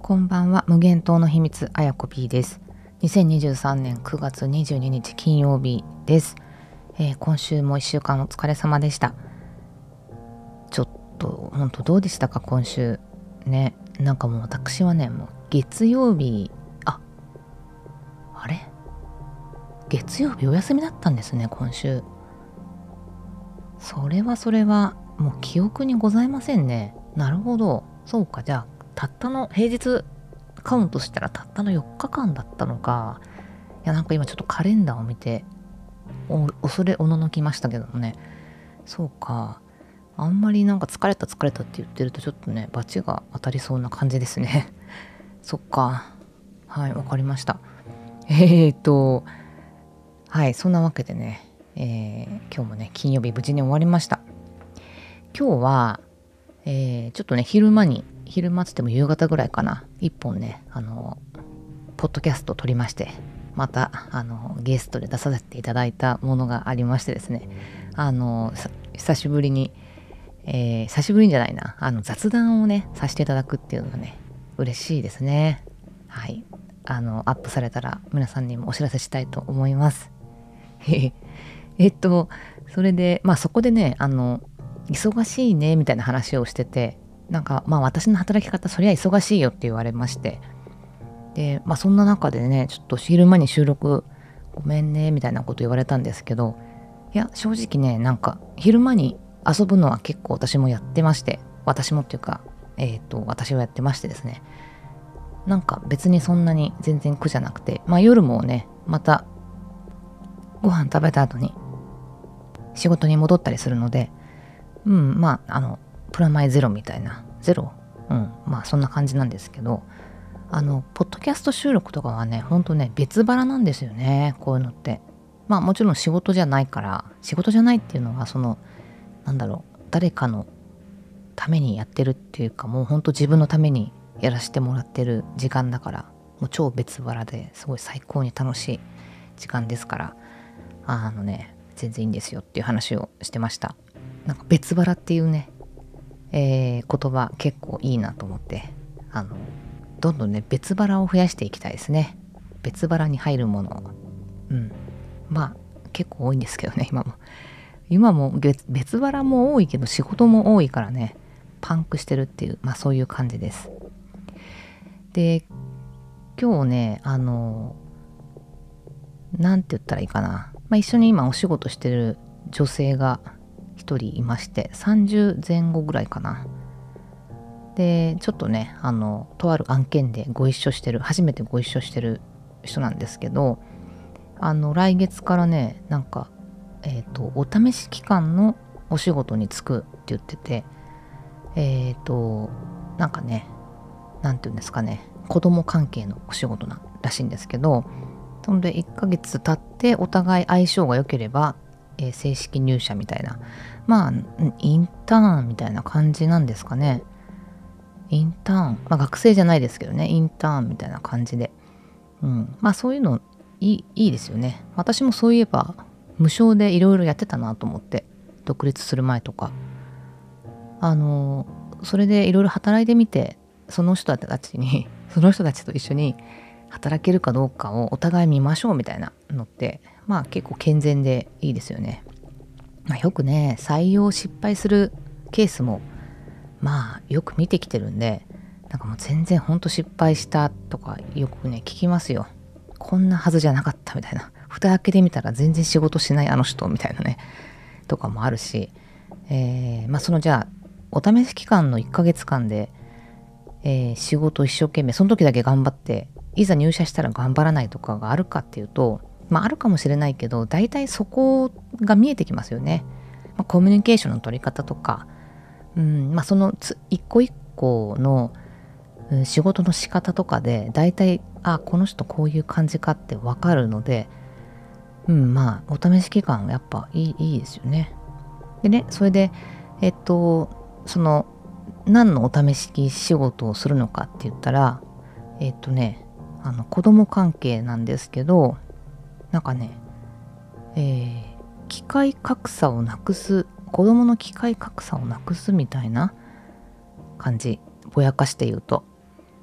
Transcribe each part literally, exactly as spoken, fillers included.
こんばんは。無限島の秘密、あやこ P です。にせんにじゅうさんねんくがつにじゅうににち金曜日です、えー、今週もいっしゅうかんお疲れ様でした。ちょっと本当どうでしたか今週ね。なんかもう私はね、もう月曜日ああれ月曜日お休みだったんですね今週。それはそれはもう記憶にございませんね。なるほど、そうか。じゃあたったの平日カウントしたらたったのよっかかんだったのか。いやなんか今ちょっとカレンダーを見てお恐れおののきましたけどもね。そうか、あんまりなんか疲れた疲れたって言ってるとちょっとねバチが当たりそうな感じですねそっか、はい、わかりました。えーっとはいそんなわけでね、えー、今日もね金曜日無事に終わりました。今日は、えー、ちょっとね昼間に昼間つっても夕方ぐらいかな、一本ねあのポッドキャストを撮りまして、またあのゲストで出させていただいたものがありましてですね、あの久しぶりに、えー、久しぶりじゃないなあの雑談をねさせていただくっていうのがね嬉しいですね。はい、あのアップされたら皆さんにもお知らせしたいと思います。えっとそれでまあそこでねあの忙しいねみたいな話をしてて、なんかまあ私の働き方そりゃ忙しいよって言われまして、でまあそんな中でねちょっと昼間に収録ごめんねみたいなこと言われたんですけど、いや正直ねなんか昼間に遊ぶのは結構私もやってまして、私もっていうかえっと私はやってましてですね、なんか別にそんなに全然苦じゃなくて、まあ夜もねまたご飯食べた後に仕事に戻ったりするので、うんまああのプラマイゼロみたいなゼロ、うんまあそんな感じなんですけど、あのポッドキャスト収録とかはねほんとね別腹なんですよねこういうのって。まあもちろん仕事じゃないから、仕事じゃないっていうのはそのなんだろう誰かのためにやってるっていうか、もうほんと自分のためにやらせてもらってる時間だから、もう超別腹ですごい最高に楽しい時間ですから、あのね全然いいんですよっていう話をしてました。なんか別腹っていうね、えー、言葉結構いいなと思って、あのどんどんね別腹を増やしていきたいですね。別腹に入るもの、うんまあ結構多いんですけどね今も今も別別腹も多いけど仕事も多いからねパンクしてるっていう、まあそういう感じです。で今日ねあのなんて言ったらいいかな、まあ、一緒に今お仕事してる女性が一人いまして、さんじゅうぜん後ぐらいかな。でちょっとねあのとある案件でご一緒してる初めてご一緒してる人なんですけど、あの来月からねなんかえっ、ー、とお試し期間のお仕事に就くって言ってて、えっ、ー、となんかねなんていうんですかね子供関係のお仕事ならしいんですけど、そんでいっかげつ経ってお互い相性が良ければ、えー、正式入社みたいな、まあインターンみたいな感じなんですかね。インターン、まあ学生じゃないですけどね、インターンみたいな感じで、うん、まあそういうのいい、いいですよね。私もそういえば無償でいろいろやってたなと思って、独立する前とかあのそれでいろいろ働いてみて、その人たちにその人たちと一緒に働けるかどうかをお互い見ましょうみたいなのってまあ結構健全でいいですよね。まあ、よくね採用失敗するケースもまあよく見てきてるんで、なんかもう全然ほんと失敗したとかよくね聞きますよ。こんなはずじゃなかったみたいな、蓋開けてみたら全然仕事しないあの人みたいなねとかもあるし、えー、まあそのじゃあお試し期間のいっかげつかんで、えー、仕事一生懸命その時だけ頑張っていざ入社したら頑張らないとかがあるかっていうと、まああるかもしれないけど大体そこが見えてきますよね。まあ、コミュニケーションの取り方とか、うんまあそのつ一個一個の、うん、仕事の仕方とかで大体あこの人こういう感じかってわかるので、うんまあお試し期間やっぱいいいいですよね。でねそれでえっとその何のお試し仕事をするのかって言ったら、えっとねあの子供関係なんですけど、なんかね、えー、機械格差をなくす、子供の機械格差をなくすみたいな感じ、ぼやかして言うと。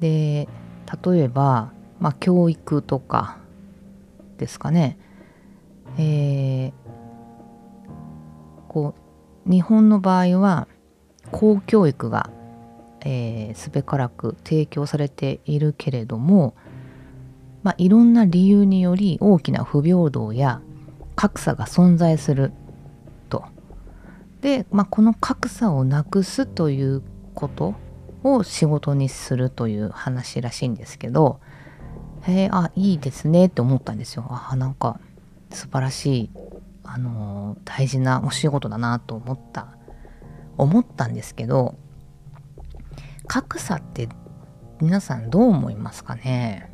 で例えば、まあ、教育とかですかね。えー、こう日本の場合は公教育が、えー、すべからく提供されているけれども、まあ、いろんな理由により大きな不平等や格差が存在すると。で、まあ、この格差をなくすということを仕事にするという話らしいんですけど、へえ、あ、いいですねって思ったんですよ。あ、なんか素晴らしい、あのー大事なお仕事だなと思った思ったんですけど、格差って皆さんどう思いますかね。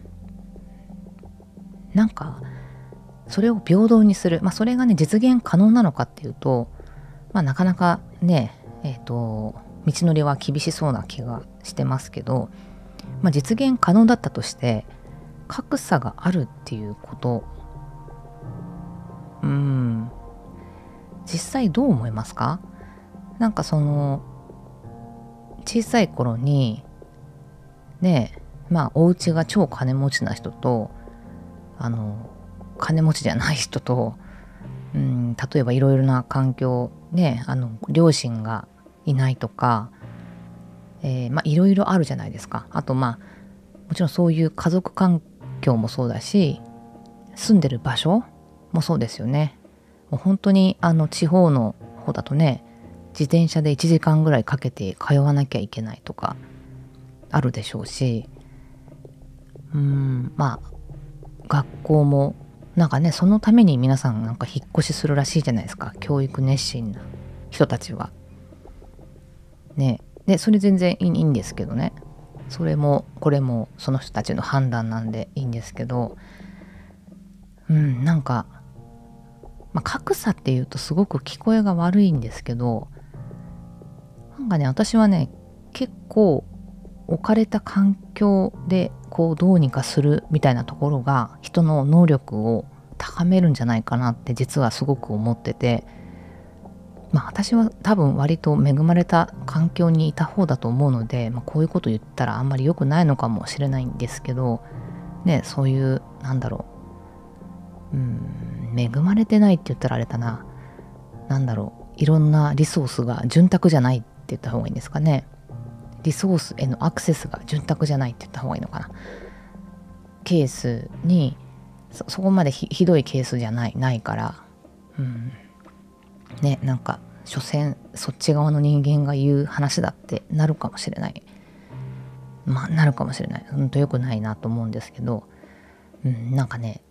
なんかそれを平等にする、まあ、それがね実現可能なのかっていうと、まあ、なかなかねえっ、と道のりは厳しそうな気がしてますけど、まあ、実現可能だったとして格差があるっていうこと、うーん実際どう思いますか。なんかその小さい頃にね、まあお家が超金持ちな人とあの金持ちじゃない人と、うん、例えばいろいろな環境ね、あの両親がいないとか、えーまあいろいろあるじゃないですか。あとまあもちろんそういう家族環境もそうだし、住んでる場所もそうですよね。もう本当にあの地方の方だとね、自転車でいちじかんぐらいかけて通わなきゃいけないとかあるでしょうし、うーんまあ学校もなんかね、そのために皆さんなんか引っ越しするらしいじゃないですか、教育熱心な人たちはね。でそれ全然いいいいんですけどね、それもこれもその人たちの判断なんでいいんですけど、うんなんか、まあ、格差っていうとすごく聞こえが悪いんですけど、なんかね私はね結構置かれた環境でこうどうにかするみたいなところが人の能力を高めるんじゃないかなって実はすごく思ってて、まあ私は多分割と恵まれた環境にいた方だと思うので、まあ、こういうこと言ったらあんまり良くないのかもしれないんですけどね、そういうなんだろう、うーん恵まれてないって言ったらあれだな、なんだろう、いろんなリソースが潤沢じゃないって言った方がいいんですかね。リソースへのアクセスが潤沢じゃないって言った方がいいのかな。ケースに そ, そこまで ひ, ひどいケースじゃないないから、うんね、なんか所詮そっち側の人間が言う話だってなるかもしれない、まあなるかもしれない、ほんと良くないなと思うんですけど、うん、なんかね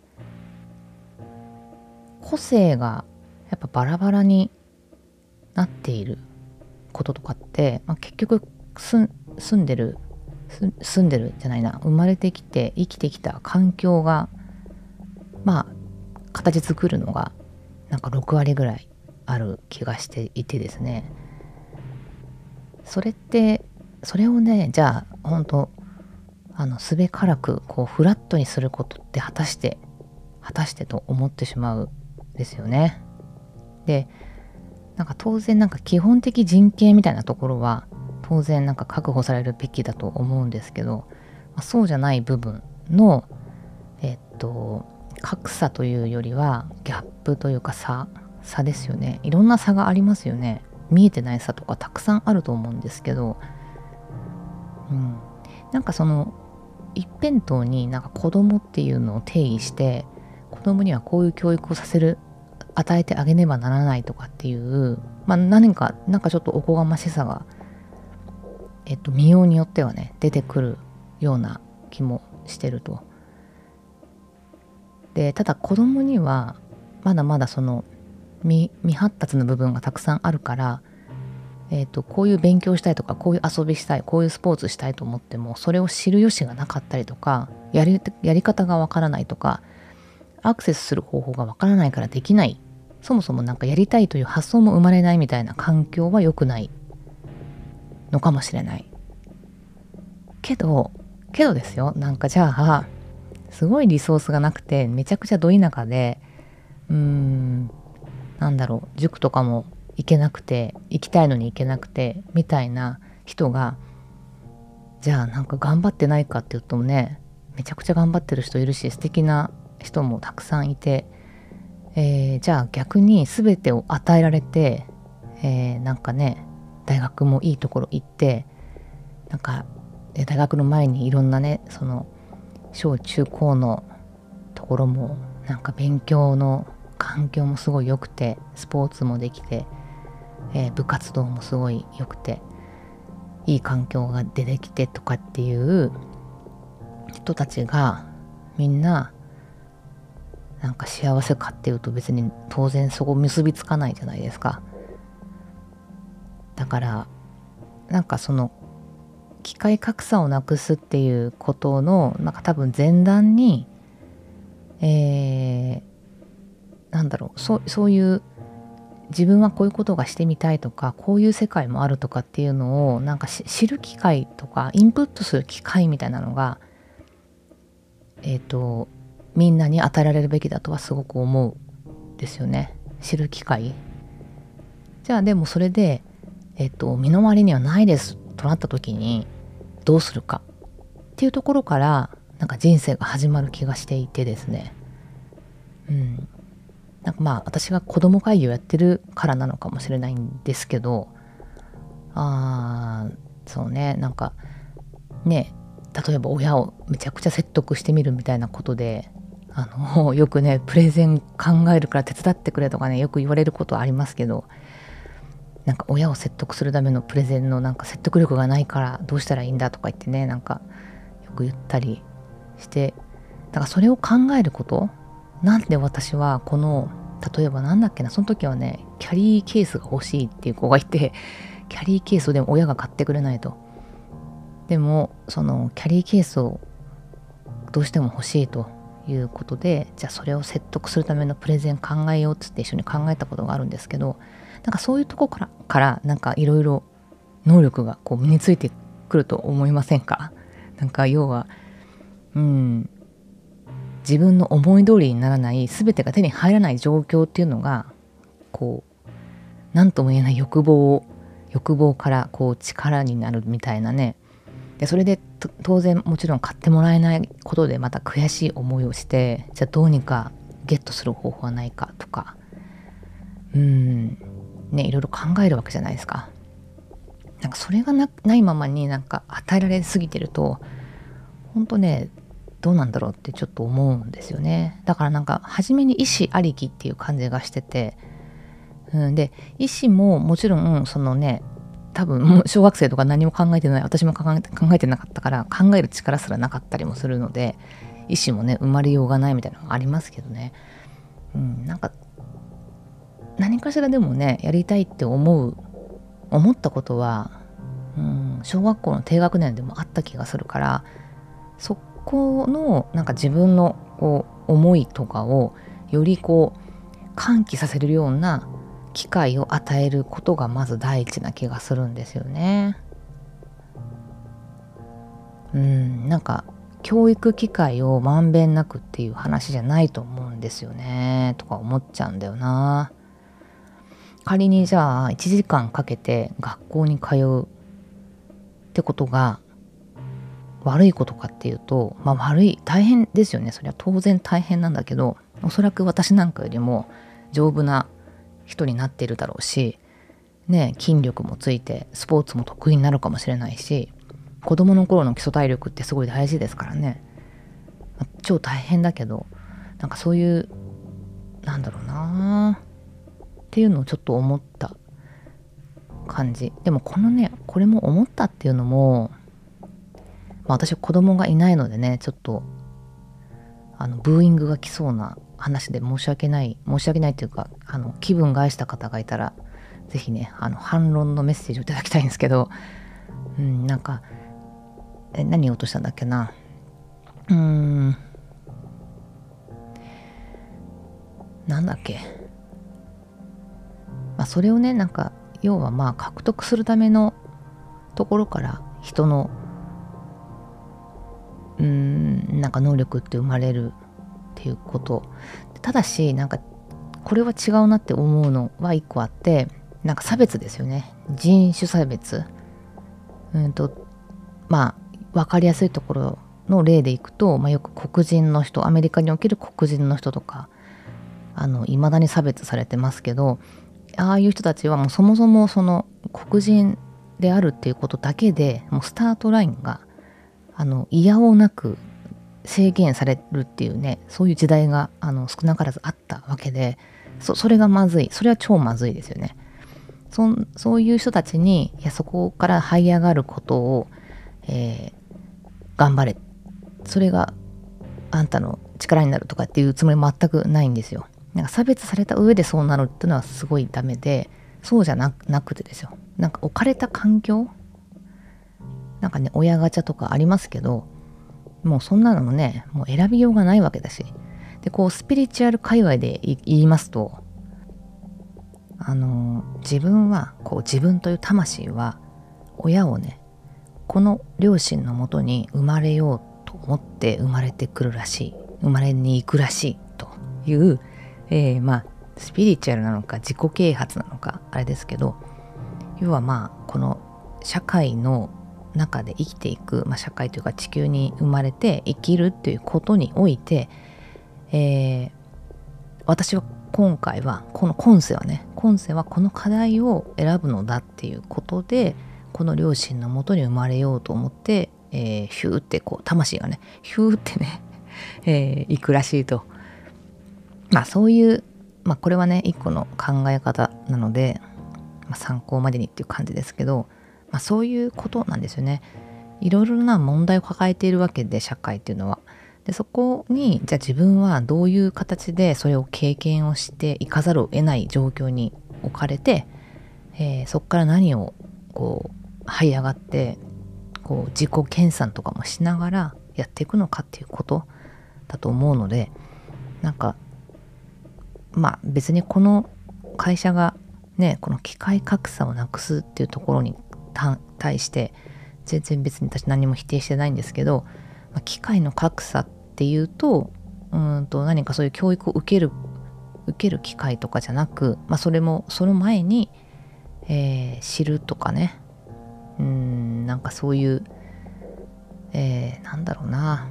個性がやっぱバラバラになっていることとかって、まあ、結局す住んでるす住んでるじゃないな、生まれてきて生きてきた環境がまあ形作るのがなんかろく割ぐらいある気がしていてですね、それってそれをねじゃあ本当あのすべからくこうフラットにすることって果たして果たしてと思ってしまうんですよね。でなんか当然なんか基本的人権みたいなところは当然なんか確保されるべきだと思うんですけど、まあ、そうじゃない部分のえっと格差というよりはギャップというか差差ですよね。いろんな差がありますよね。見えてない差とかたくさんあると思うんですけど、うん、なんかその一辺倒になんか子供っていうのを定義して子供にはこういう教育をさせる与えてあげねばならないとかっていう、まあ何かなんかちょっとおこがましさがえっと見ようによってはね出てくるような気もしてると。でただ子供にはまだまだその未未発達の部分がたくさんあるから、えっとこういう勉強したいとかこういう遊びしたいこういうスポーツしたいと思ってもそれを知る由がなかったりとか、やりやり方がわからないとかアクセスする方法がわからないからできない、そもそもなんかやりたいという発想も生まれないみたいな環境は良くないのかもしれないけどけどですよ、なんかじゃあすごいリソースがなくてめちゃくちゃど田舎でうーんなんだろう塾とかも行けなくて行きたいのに行けなくてみたいな人がじゃあなんか頑張ってないかっていうとね、めちゃくちゃ頑張ってる人いるし素敵な人もたくさんいて、えー、じゃあ逆に全てを与えられて、えー、なんかね大学もいいところ行って、なんか大学の前にいろんなねその小中高のところもなんか勉強の環境もすごい良くて、スポーツもできて、えー、部活動もすごい良くて、いい環境が出てきてとかっていう人たちがみんななんか幸せかっていうと別に当然そこ結びつかないじゃないですか。だからなんかその機会格差をなくすっていうことのなんか多分前段に、えー、なんだろう、そそういう自分はこういうことがしてみたいとか、こういう世界もあるとかっていうのをなんか知る機会とかインプットする機会みたいなのが、えっとみんなに与えられるべきだとはすごく思うんですよね。知る機会。じゃあでもそれで、えっと身の回りにはないですとなった時にどうするかっていうところからなんか人生が始まる気がしていてですね。うん。なんかまあ私が子供会議をやってるからなのかもしれないんですけど、あーそうね、なんかね、例えば親をめちゃくちゃ説得してみるみたいなことで、あのよくねプレゼン考えるから手伝ってくれとかねよく言われることはありますけど、なんか親を説得するためのプレゼンのなんか説得力がないからどうしたらいいんだとか言ってね、なんかよく言ったりして、だからそれを考えること、なんで私はこの例えばなんだっけな、その時はねキャリーケースが欲しいっていう子がいて、キャリーケースをでも親が買ってくれないと。でもそのキャリーケースをどうしても欲しいということで、じゃあそれを説得するためのプレゼン考えようっつって一緒に考えたことがあるんですけど、なんかそういうとこからからなんかいろいろ能力がこう身についてくると思いませんか？なんか要は、うん、自分の思い通りにならない、全てが手に入らない状況っていうのがこう何とも言えない欲望を欲望からこう力になるみたいなね。でそれで当然もちろん買ってもらえないことでまた悔しい思いをして、じゃあどうにかゲットする方法はないかとか、うーんね、いろいろ考えるわけじゃないですか。なんかそれが な, ないままになんか与えられすぎてると、ほんとねどうなんだろうってちょっと思うんですよね。だからなんか初めに意思ありきっていう感じがしてて、うん、で意思ももちろんそのね、多分もう小学生とか何も考えてない、私も考えて考えてなかったから考える力すらなかったりもするので、意思もね生まれようがないみたいなのがありますけどね。うん、なんか何かしらでもねやりたいって思う思ったことは、うん、小学校の低学年でもあった気がするから、そこのなんか自分のこう思いとかをよりこう喚起させるような機会を与えることがまず第一な気がするんですよね。うん、なんか教育機会をまんべんなくっていう話じゃないと思うんですよねとか思っちゃうんだよな。仮にじゃあいちじかんかけて学校に通うってことが悪いことかっていうと、まあ悪い、大変ですよね。それは当然大変なんだけど、おそらく私なんかよりも丈夫な人になっているだろうし、ね、筋力もついてスポーツも得意になるかもしれないし、子供の頃の基礎体力ってすごい大事ですからね。まあ超大変だけど、なんかそういうなんだろうなっていうのをちょっと思った感じ。でもこのね、これも思ったっていうのも、まあ、私は子供がいないのでね、ちょっとあのブーイングが来そうな話で申し訳ない申し訳ないっていうか、あの気分害した方がいたらぜひね、あの反論のメッセージをいただきたいんですけど、うん、なんかえ何言おうとしたんだっけな。うーんなんだっけ。まあそれをね、なんか要はまあ獲得するためのところから人のうーんなんか能力って生まれるっていうこと。ただしなんかこれは違うなって思うのは一個あって、なんか差別ですよね。人種差別。うんとまあ分かりやすいところの例でいくと、まあ、よく黒人の人、アメリカにおける黒人の人とかあの未だに差別されてますけど、ああいう人たちはもうそもそもその黒人であるっていうことだけでもうスタートラインがあの嫌おなく制限されるっていうね、そういう時代があの少なからずあったわけで、そそれがまずい、それは超まずいですよね。そんそういう人たちに、いやそこから這い上がることを、えー頑張れ、それがあんたの力になるとかっていうつもり全くないんですよ。なんか差別された上でそうなるっていうのはすごいダメで、そうじゃななくてですよ、なんか置かれた環境、なんかね親ガチャとかありますけど、もうそんなのもねもう選びようがないわけだし、でこうスピリチュアル界隈で言いますと、あの自分はこう自分という魂は親をねこの両親のもとに生まれようと思って生まれてくるらしい、生まれに行くらしいという、えー、まあスピリチュアルなのか自己啓発なのかあれですけど、要はまあこの社会の中で生きていく、まあ、社会というか地球に生まれて生きるっていうことにおいて、えー、私は今回はこの今世はね今世はこの課題を選ぶのだっていうことで、この両親のもとに生まれようと思って、えー、ヒューってこう魂がねヒューってね、えー、行くらしいと。まあそういう、まあこれはね一個の考え方なので、まあ、参考までにっていう感じですけど、まあ、そういうことなんですよね。いろいろな問題を抱えているわけで社会っていうのは。でそこにじゃあ自分はどういう形でそれを経験をしていかざるを得ない状況に置かれて、えー、そこから何をこう這い上がってこう自己研鑽とかもしながらやっていくのかっていうことだと思うので、なんかまあ別にこの会社がねこの機会格差をなくすっていうところに対して全然別に私何も否定してないんですけど、まあ、機会の格差っていうとうんと何かそういう教育を受ける受ける機会とかじゃなく、まあ、それもその前に、えー、知るとかね、うーんなんかそういう、えー、なんだろうな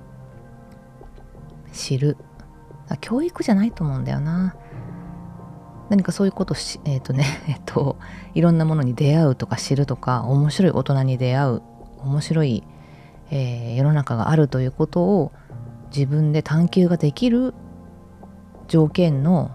知る教育じゃないと思うんだよな。何かそういうことしえっ、ー、とねえっといろんなものに出会うとか知るとか面白い大人に出会う面白い、えー、世の中があるということを自分で探求ができる条件の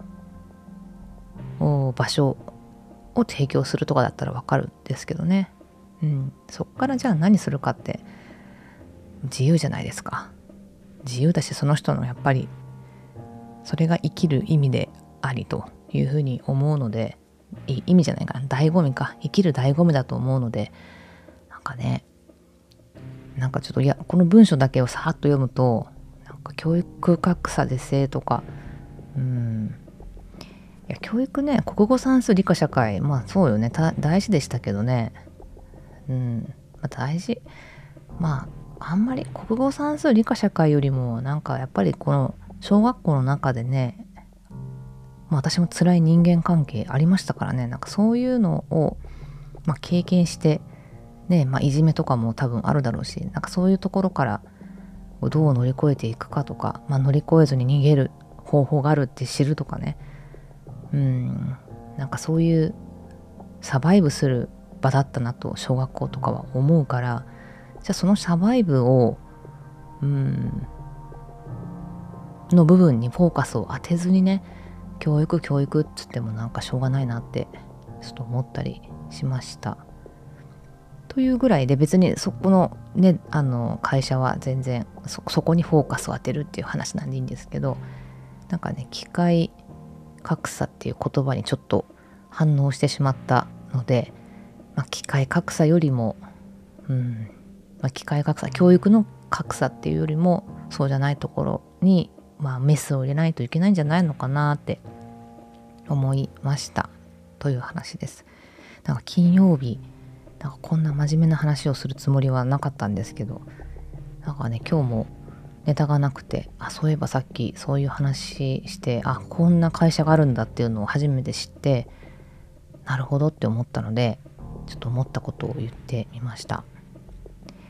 場所を提供するとかだったらわかるんですけどね、うん、そっからじゃあ何するかって自由じゃないですか。自由だしその人のやっぱりそれが生きる意味でありというふうに思うので、い意味じゃないかな醍醐味か生きる醍醐味だと思うので、なんかねなんかちょっといやこの文章だけをさーっと読むとなんか教育格差是正とかうんいや教育ね国語算数理科社会まあそうよね大事でしたけどねうん、まあ、大事まああんまり国語算数理科社会よりもなんかやっぱりこの小学校の中でね、まあ、私も辛い人間関係ありましたからね、なんかそういうのを、まあ、経験してね、まあ、いじめとかも多分あるだろうし、なんかそういうところからどう乗り越えていくかとか、まあ、乗り越えずに逃げる方法があるって知るとかね、うんなんかそういうサバイブする場だったなと小学校とかは思うから、じゃあそのサバイブをうんの部分にフォーカスを当てずにね教育教育っつってもなんかしょうがないなってちょっと思ったりしましたというぐらいで、別にそこのねあの会社は全然 そ, そこにフォーカスを当てるっていう話なんでいいんですけど、なんかね機械格差っていう言葉にちょっと反応してしまったので、まあ、機械格差よりもうん、まあ、機械格差教育の格差っていうよりもそうじゃないところにまあ、メスを入れないといけないんじゃないのかなって思いましたという話です。なんか金曜日なんかこんな真面目な話をするつもりはなかったんですけど、なんかね今日もネタがなくて、あそういえばさっきそういう話してあこんな会社があるんだっていうのを初めて知って、なるほどって思ったのでちょっと思ったことを言ってみました。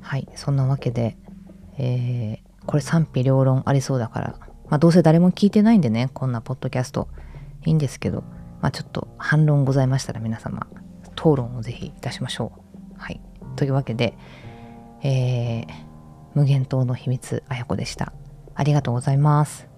はい、そんなわけで、えー、これ賛否両論ありそうだから、まあどうせ誰も聞いてないんでね、こんなポッドキャストいいんですけど、まあちょっと反論ございましたら皆様討論をぜひいたしましょう。はい、というわけで、えー、無限島の秘密あやこでした。ありがとうございます。